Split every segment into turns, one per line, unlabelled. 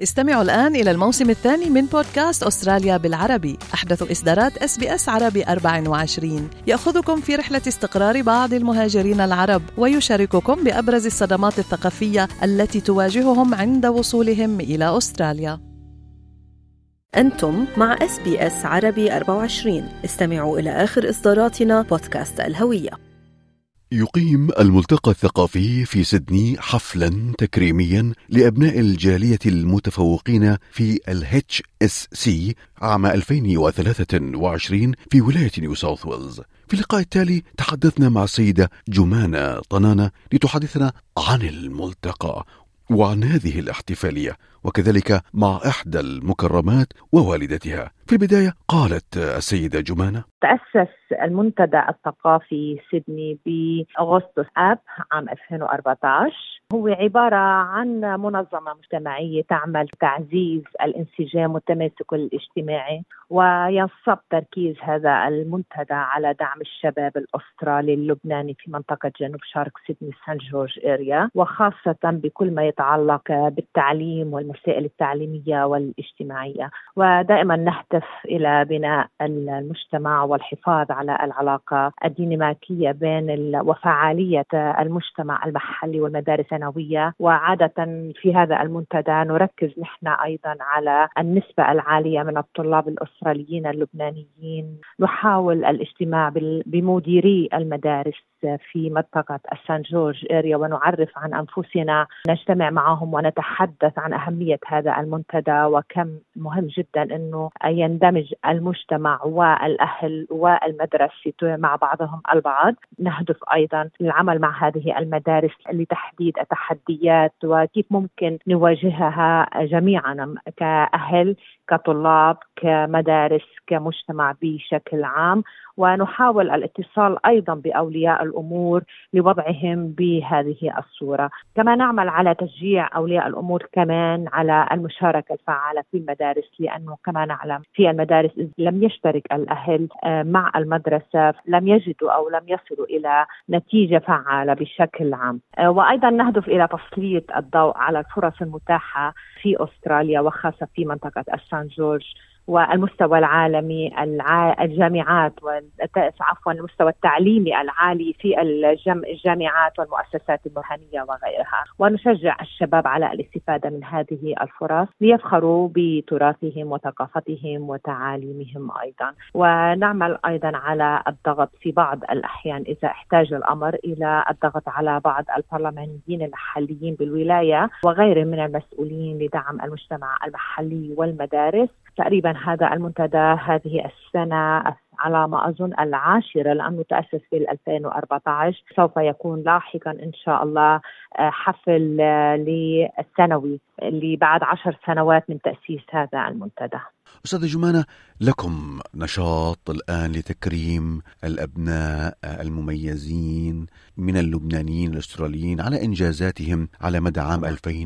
استمعوا الآن إلى الموسم الثاني من بودكاست أستراليا بالعربي، أحدث إصدارات SBS عربي 24، يأخذكم في رحلة استقرار بعض المهاجرين العرب ويشارككم بأبرز الصدمات الثقافية التي تواجههم عند وصولهم إلى أستراليا.
أنتم مع SBS عربي 24. استمعوا إلى آخر إصداراتنا بودكاست الهوية.
يقيم الملتقى الثقافي في سيدني حفلا تكريميا لأبناء الجالية المتفوقين في HSC عام 2023 في ولاية نيو ساوث ويلز. في اللقاء التالي تحدثنا مع السيدة جمانة طنانة لتحدثنا عن الملتقى وعن هذه الاحتفالية، وكذلك مع إحدى المكرمات ووالدتها. في البداية قالت السيدة جمانة:
تأسس المنتدى الثقافي سيدني بأغسطس آب عام 2014. هو عبارة عن منظمة مجتمعية تعمل تعزيز الانسجام والتماسك الاجتماعي، وينصب تركيز هذا المنتدى على دعم الشباب الأسترالي اللبناني في منطقة جنوب شرق سيدني سان جورج إريا، وخاصة بكل ما يتعلق بالتعليم والمسائل التعليمية والاجتماعية. ودائما نهدف إلى بناء المجتمع والحفاظ على العلاقة الديناميكية بين وفعالية المجتمع المحلي والمدارس الثانوية. وعادة في هذا المنتدى نركز نحن أيضا على النسبة العالية من الطلاب الأستراليين اللبنانيين. نحاول الاجتماع بمديري المدارس في منطقة السان جورج إريا ونعرف عن أنفسنا، نجتمع معهم ونتحدث عن أهمية هذا المنتدى وكم مهم جدا أنه يندمج المجتمع والأهل والمدرسة مع بعضهم البعض. نهدف أيضا للعمل مع هذه المدارس لتحديد التحديات وكيف ممكن نواجهها جميعا كأهل، كطلاب، كمدارس، كمجتمع بشكل عام. ونحاول الاتصال أيضا بأولياء الأمور لوضعهم بهذه الصورة. كما نعمل على تشجيع أولياء الأمور كمان على المشاركة الفعالة في المدارس، لأنه كما نعلم في المدارس لم يشترك الأهل مع المدرسة لم يجدوا أو لم يصلوا إلى نتيجة فعالة بشكل عام. وأيضا نهدف إلى تسليط الضوء على الفرص المتاحة في أستراليا وخاصة في منطقة السان جورج والمستوى العالمي الجامعات المستوى التعليمي العالي في الجامعات والمؤسسات المهنية وغيرها. ونشجع الشباب على الاستفادة من هذه الفرص ليفخروا بتراثهم وثقافتهم وتعاليمهم أيضا. ونعمل أيضا على الضغط في بعض الأحيان إذا احتاج الأمر إلى الضغط على بعض البرلمانيين المحليين بالولاية وغيرهم من المسؤولين لدعم المجتمع المحلي والمدارس. تقريبا هذا المنتدى هذه السنة على ما أظن 10، لأنه تأسس في 2014. سوف يكون لاحقا إن شاء الله حفل للسنوي اللي بعد 10 سنوات من تأسيس هذا المنتدى.
أستاذة جمانة، لكم نشاط الآن لتكريم الأبناء المميزين من اللبنانيين الأستراليين على إنجازاتهم على مدى عام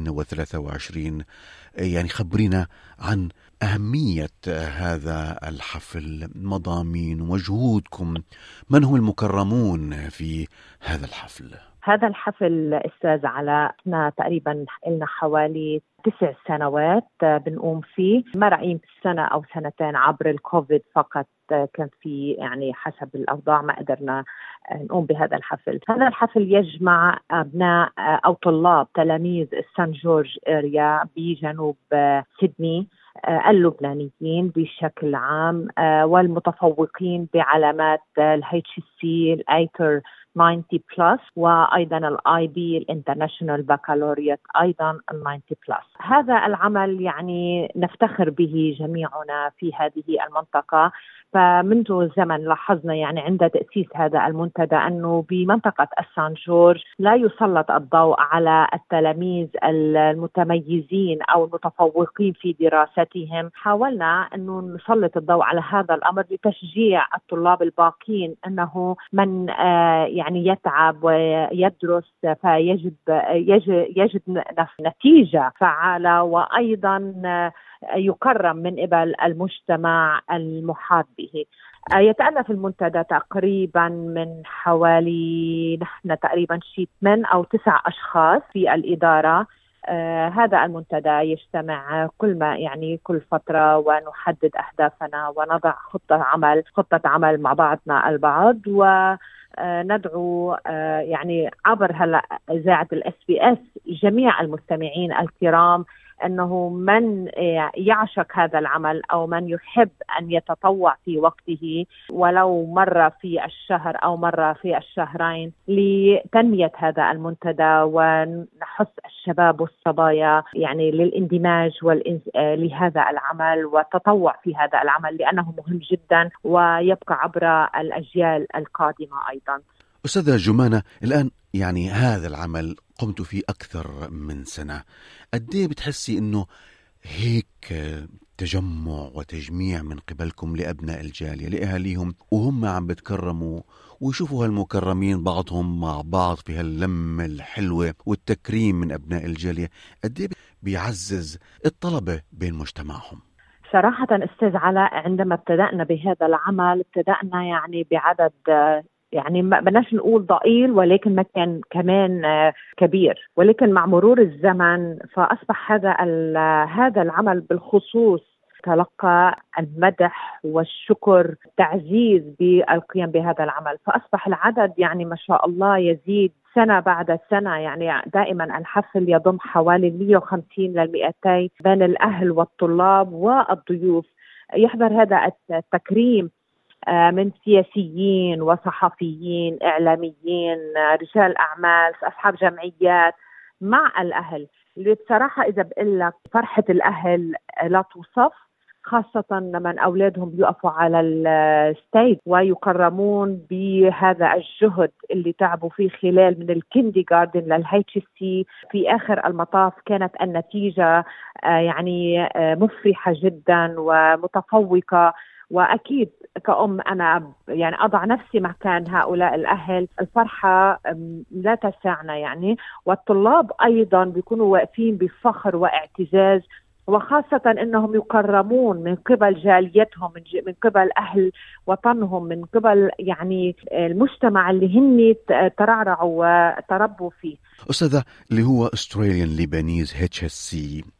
2023. يعني خبرينا عن أهمية هذا الحفل، مضامين وجهودكم، من هم المكرمون في هذا الحفل؟
هذا الحفل أستاذ علاء تقريبا لنا حوالي 9 سنوات بنقوم فيه. مرة يمكن سنة أو سنتين عبر الكوفيد فقط كان في يعني حسب الأوضاع ما قدرنا نقوم بهذا الحفل. هذا الحفل يجمع أبناء أو طلاب تلاميذ السان جورج إريا بجنوب سيدني اللبنانيين بشكل عام والمتفوقين بعلامات HSC الأيتر 90+، وأيضا الIB الانترناشونال بكالوريوس أيضا 90+. هذا العمل يعني نفتخر به جميعنا في هذه المنطقة. فمنذ زمن لاحظنا يعني عند تأسيس هذا المنتدى أنه بمنطقة السان جورج لا يسلط الضوء على التلاميذ المتميزين أو المتفوقين في دراستهم. حاولنا أنه نسلط الضوء على هذا الأمر لتشجيع الطلاب الباقين أنه من يعني يتعب ويدرس يجد نتيجة فعالة وأيضا يكرم من قبل المجتمع المحاط به. يتألف المنتدى تقريبا من حوالي نحن تقريبا 8 أو 9 أشخاص في الإدارة. هذا المنتدى يجتمع كل فترة، ونحدد أهدافنا ونضع خطة عمل مع بعضنا البعض، وندعو عبر هلا إذاعة الSBS جميع المستمعين الكرام أنه من يعشق هذا العمل أو من يحب أن يتطوع في وقته ولو مرة في الشهر أو مرة في الشهرين لتنمية هذا المنتدى، ونحث الشباب والصبايا للاندماج لهذا العمل والتطوع في هذا العمل، لأنه مهم جدا ويبقى عبر الأجيال القادمة أيضا.
أستاذة جمانة، الآن هذا العمل قمت فيه أكثر من سنة، قد ايه بتحسي إنه هيك تجمع وتجميع من قبلكم لأبناء الجالية لأهاليهم وهم عم بتكرموا ويشوفوا هالمكرمين بعضهم مع بعض في هاللمة الحلوة والتكريم من أبناء الجالية، قد ايه بيعزز الطلبة بين مجتمعهم؟
صراحة أستاذ علاء، عندما ابتدأنا بهذا العمل ابتدأنا بعدد ما بدناش نقول ضئيل، ولكن ما كان كمان كبير، ولكن مع مرور الزمن فأصبح هذا العمل بالخصوص تلقى المدح والشكر، تعزيز بالقيام بهذا العمل، فأصبح العدد ما شاء الله يزيد سنة بعد سنة. دائما الحفل يضم حوالي 150 ل200 بين الأهل والطلاب والضيوف. يحضر هذا التكريم من سياسيين وصحفيين، إعلاميين، رجال أعمال، أصحاب جمعيات، مع الأهل، اللي بصراحة إذا بقول لك فرحة الأهل لا توصف، خاصة لما أولادهم بيقفوا على الستيج ويكرمون بهذا الجهد اللي تعبوا فيه خلال من الكينديغاردن للHSC. في آخر المطاف كانت النتيجة مفرحة جدا ومتفوقة، وأكيد كأم أنا أضع نفسي مكان هؤلاء الأهل، الفرحة لا تسعنا والطلاب أيضا بيكونوا واقفين بفخر واعتزاز، وخاصة أنهم يكرمون من قبل جاليتهم، من قبل أهل وطنهم، من قبل المجتمع اللي هن ترعرعوا وتربوا فيه.
أستاذة، اللي هو Australian Lebanese HSC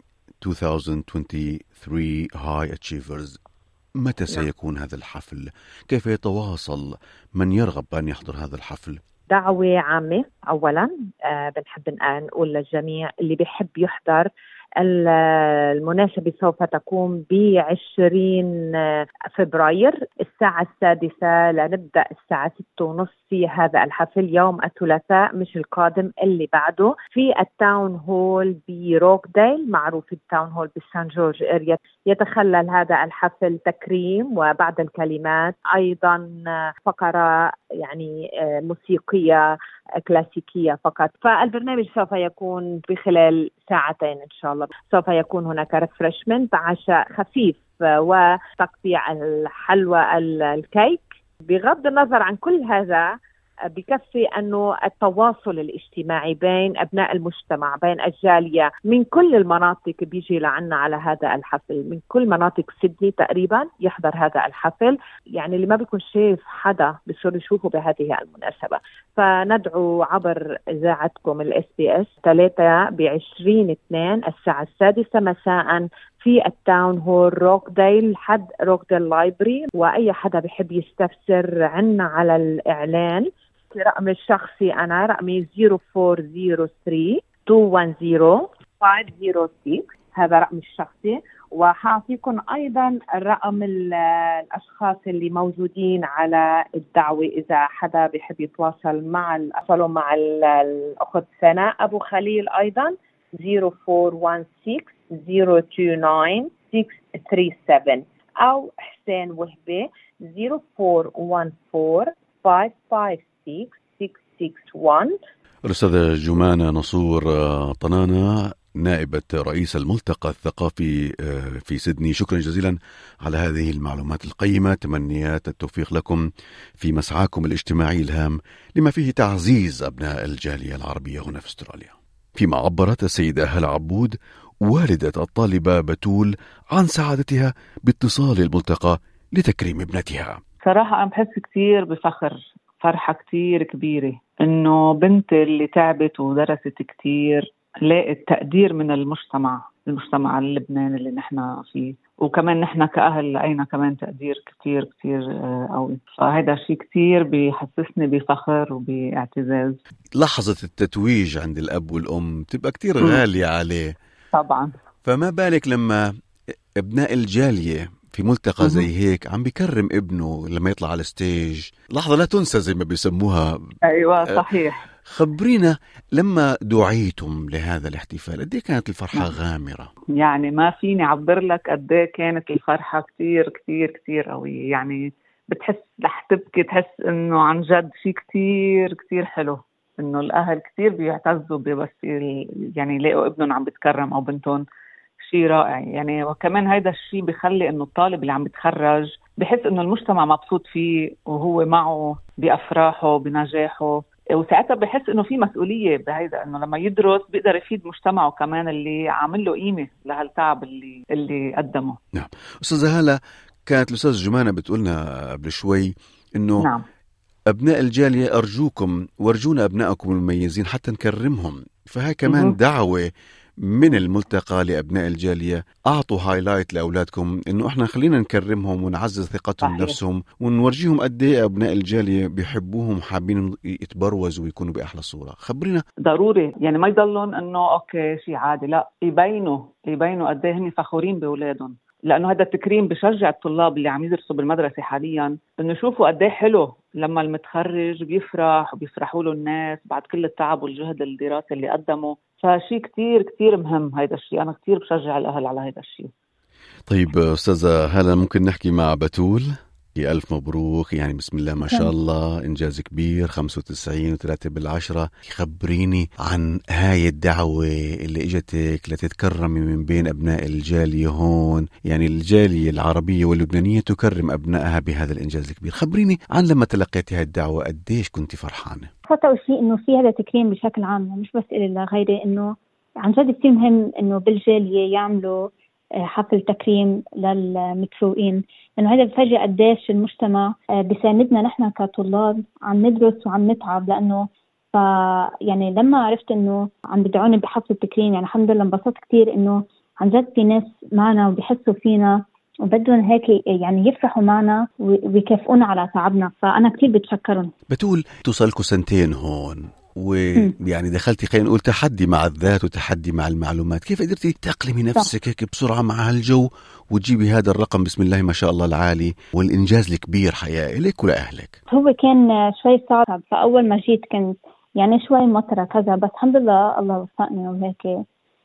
2023 High Achievers، متى سيكون هذا الحفل؟ كيف يتواصل من يرغب أن يحضر هذا الحفل؟
دعوة عامة أولا، بنحب نقول للجميع اللي بيحب يحضر. المناسبة سوف تكون ب20 فبراير الساعة 6، لنبدأ الساعة 6:30 في هذا الحفل يوم الثلاثاء مش القادم اللي بعده، في التاون هول بروكديل، معروف التاون هول بسان جورج اريا. يتخلل هذا الحفل تكريم، وبعد الكلمات أيضا فقرة موسيقية كلاسيكية فقط. فالبرنامج سوف يكون بخلال ساعتين إن شاء الله. سوف يكون هناك ريفرشمنت، عشاء خفيف، وتقطيع الحلوى، الكيك. بغض النظر عن كل هذا، بكفي أنه التواصل الاجتماعي بين أبناء المجتمع، بين الجالية من كل المناطق بيجي لعنا على هذا الحفل، من كل مناطق سيدني تقريبا يحضر هذا الحفل. اللي ما بيكون شايف حدا بيصير يشوفه بهذه المناسبة. فندعو عبر إذاعتكم الSBS 3 ب20/2 الساعة 6 مساء في التاون هول روكديل، حد روكديل لايبرري. وأي حدا بيحب يستفسر عنا على الإعلان، رقم الشخصي أنا رقمي 0403 210 506، هذا رقم الشخصي. وحاعطيكم أيضا الرقم الأشخاص اللي موجودين على الدعوة إذا حدا بيحب يتواصل مع الأخت سناء أبو خليل، أيضا 0416 029 637، أو حسين وهبي 0414 556 661.
الأستاذة جمانة نصور طنانة، نائبة رئيس الملتقى الثقافي في سيدني، شكرا جزيلا على هذه المعلومات القيمة. تمنيات التوفيق لكم في مسعاكم الاجتماعي الهام لما فيه تعزيز أبناء الجالية العربية هنا في استراليا. فيما عبرت السيدة هلا عبود والدة الطالبة بتول عن سعادتها باتصال الملتقى لتكريم ابنتها.
صراحة أنا بحس كتير بفخر، فرحة كتير كبيرة إنه بنتي اللي تعبت ودرست كتير نلاقي التقدير من المجتمع اللبناني اللي نحن فيه، وكمان نحن كأهل لقينا كمان تقدير كتير كتير قوي. فهذا شيء كتير بيحسسني بفخر وباعتزاز.
لحظة التتويج عند الأب والأم تبقى كتير غالية عليه
طبعا.
فما بالك لما ابناء الجالية في ملتقى زي هيك عم بيكرم ابنه لما يطلع على الستيج، لحظة لا تنسى زي ما بيسموها.
أيوة صحيح.
خبرينا لما دعيتم لهذا الاحتفال قد ايه كانت الفرحة غامرة؟
يعني ما فيني أعبر لك قد ايه كانت الفرحة كتير كتير كتير قوية. يعني بتحس رح تبكي، تحس إنه عن جد شيء كتير كتير حلو، إنه الأهل كتير بيعتزوا بس يعني يلاقوا ابنهم عم بيتكرم أو بنتهم. شيء رائع يعني. وكمان هيدا الشيء بيخلي إنه الطالب اللي عم بيتخرج بحس إنه المجتمع مبسوط فيه وهو معه بأفراحه بنجاحه، وساعتها بحس إنه في مسؤولية بهيدا، إنه لما يدرس بيقدر يفيد مجتمعه كمان اللي عامل له قيمة لهالتعب اللي قدمه.
نعم. أستاذة هالة، كانت الأستاذ جمانة بتقولنا قبل شوي إنه
نعم.
أبناء الجالية أرجوكم وارجونا أبنائكم المميزين حتى نكرمهم. فهي كمان دعوة من الملتقى لأبناء الجالية، أعطوا هايلايت لأولادكم إنه إحنا خلينا نكرمهم ونعزز ثقتهم بنفسهم ونورجيهم قد إيه أبناء الجالية بيحبوهم وحابين يتبروزوا ويكونوا بأحلى صورة. خبرينا.
ضروري يعني ما يضلون إنه أوكي شيء عادي، لا، يبينوا قد إيه هني فخورين بأولادهم، لأنه هذا التكريم بشجع الطلاب اللي عم يدرسوا بالمدرسة حاليا إنه يشوفوا قد إيه حلو لما المتخرج بيفرح وبيفرحوا له الناس بعد كل التعب والجهد الدراسي اللي قدمه. فشي كتير كتير مهم هيدا الشيء. أنا كتير بشجع الأهل على هيدا الشيء.
طيب أستاذة هلا، ممكن نحكي مع بتول؟ ألف مبروك، يعني بسم الله ما شاء الله إنجاز كبير، 95.3. خبريني عن هاي الدعوة اللي إجتك لتتكرمي من بين أبناء الجالية هون، يعني الجالية العربية واللبنانية تكرم أبنائها بهذا الإنجاز الكبير. خبريني عن لما تلقيتي هاي الدعوة قديش كنت فرحانة؟
أول شيء إنه في هذا تكريم بشكل عام، مش بس إلي لغيري، إنه عن جد كتير مهم إنه بالجالية يعملوا حفل تكريم للمتفوقين، لأنه هذا بفرجي قديش المجتمع بيساندنا نحن كطلاب عم ندرس وعم نتعب. لأنه يعني لما عرفت إنه عم بدعوني بحفل التكريم، يعني الحمد لله انبسطت كتير إنه عن جد في ناس معنا وبيحسوا فينا وبدهم هيك يعني يفرحوا معنا ويكافئونا على تعبنا. فأنا كتير بتشكرهم.
بتقول توصلكوا 2 سنين هون، ويعني دخلتي خلينا نقول تحدي مع الذات وتحدي مع المعلومات. كيف قدرتي تأقلمي نفسك هيك بسرعة مع هالجو وتجيبي هذا الرقم بسم الله ما شاء الله العالي والإنجاز الكبير حياة لك ولأهلك؟
هو كان شوي صعب. فأول ما جيت كنت يعني شوي مطرة كذا، بس الحمد لله الله وفقني وهيك.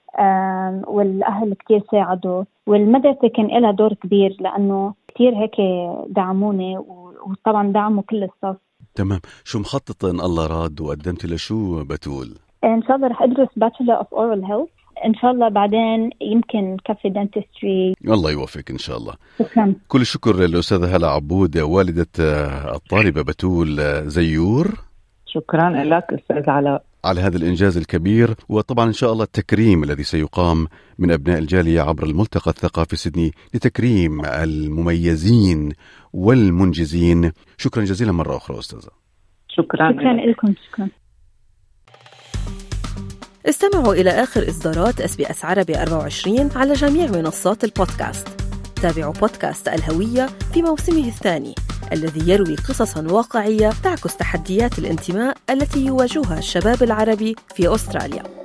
والأهل كتير ساعدوا، والمدرسة كان لها دور كبير لأنه كتير هيك دعموني، وطبعا دعموا كل الصف.
تمام. شو مخططة إن الله راد وقدمتي لشو بتول؟
إن شاء الله رح أدرس Bachelor of Oral Health إن شاء الله، بعدين يمكن كفي dentistry.
الله يوفق إن شاء الله.
شكرا.
كل الشكر للأستاذة هلا عبود والدة الطالبة بتول زيور.
شكرا لك أستاذ علاء
على هذا الإنجاز الكبير، وطبعا إن شاء الله التكريم الذي سيقام من أبناء الجالية عبر الملتقى الثقافي سيدني لتكريم المميزين والمنجزين. شكرا جزيلا مرة أخرى أستاذة.
شكرا لكم. شكرا.
استمعوا إلى آخر إصدارات SBS عربي 24 على جميع منصات البودكاست. تابعوا بودكاست الهوية في موسمه الثاني الذي يروي قصصاً واقعية تعكس تحديات الانتماء التي يواجهها الشباب العربي في أستراليا.